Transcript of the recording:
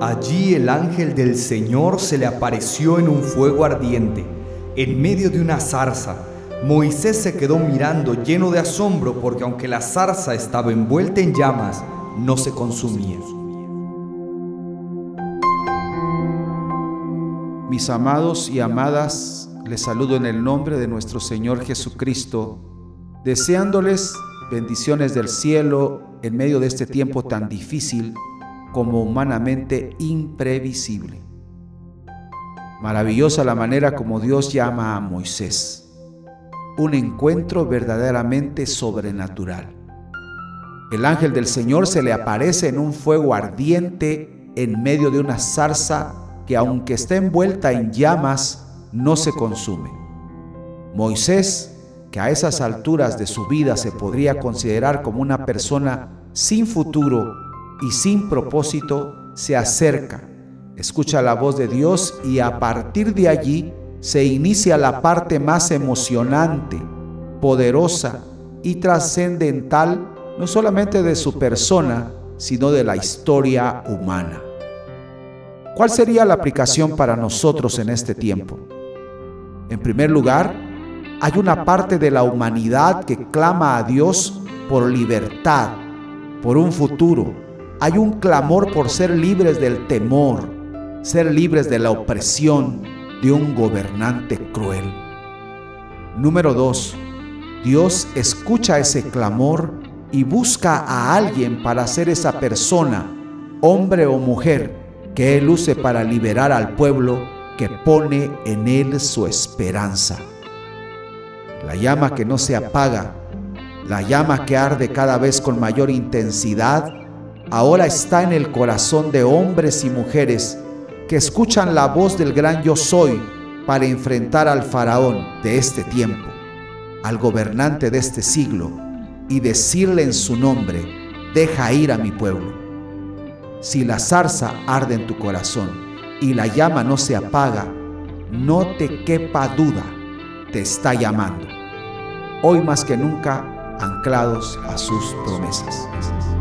Allí el ángel del Señor se le apareció en un fuego ardiente, en medio de una zarza. Moisés se quedó mirando lleno de asombro porque aunque la zarza estaba envuelta en llamas, no se consumía. Mis amados y amadas, les saludo en el nombre de nuestro Señor Jesucristo, deseándoles bendiciones del cielo en medio de este tiempo tan difícil como humanamente imprevisible. Maravillosa la manera como Dios llama a Moisés. Un encuentro verdaderamente sobrenatural. El ángel del Señor se le aparece en un fuego ardiente en medio de una zarza que, aunque está envuelta en llamas, no se consume. Moisés, que a esas alturas de su vida se podría considerar como una persona sin futuro y sin propósito, se acerca, escucha la voz de Dios y a partir de allí se inicia la parte más emocionante, poderosa y trascendental, no solamente de su persona, sino de la historia humana. ¿Cuál sería la aplicación para nosotros en este tiempo? En primer lugar, hay una parte de la humanidad que clama a Dios por libertad, por un futuro. Hay un clamor por ser libres del temor, ser libres de la opresión de un gobernante cruel. Número 2. Dios escucha ese clamor y busca a alguien para ser esa persona, hombre o mujer, que Él use para liberar al pueblo que pone en Él su esperanza. La llama que no se apaga, la llama que arde cada vez con mayor intensidad, ahora está en el corazón de hombres y mujeres que escuchan la voz del gran yo soy para enfrentar al faraón de este tiempo, al gobernante de este siglo, y decirle en su nombre: deja ir a mi pueblo. Si la zarza arde en tu corazón y la llama no se apaga, no te quepa duda, te está llamando. Hoy más que nunca, anclados a sus promesas.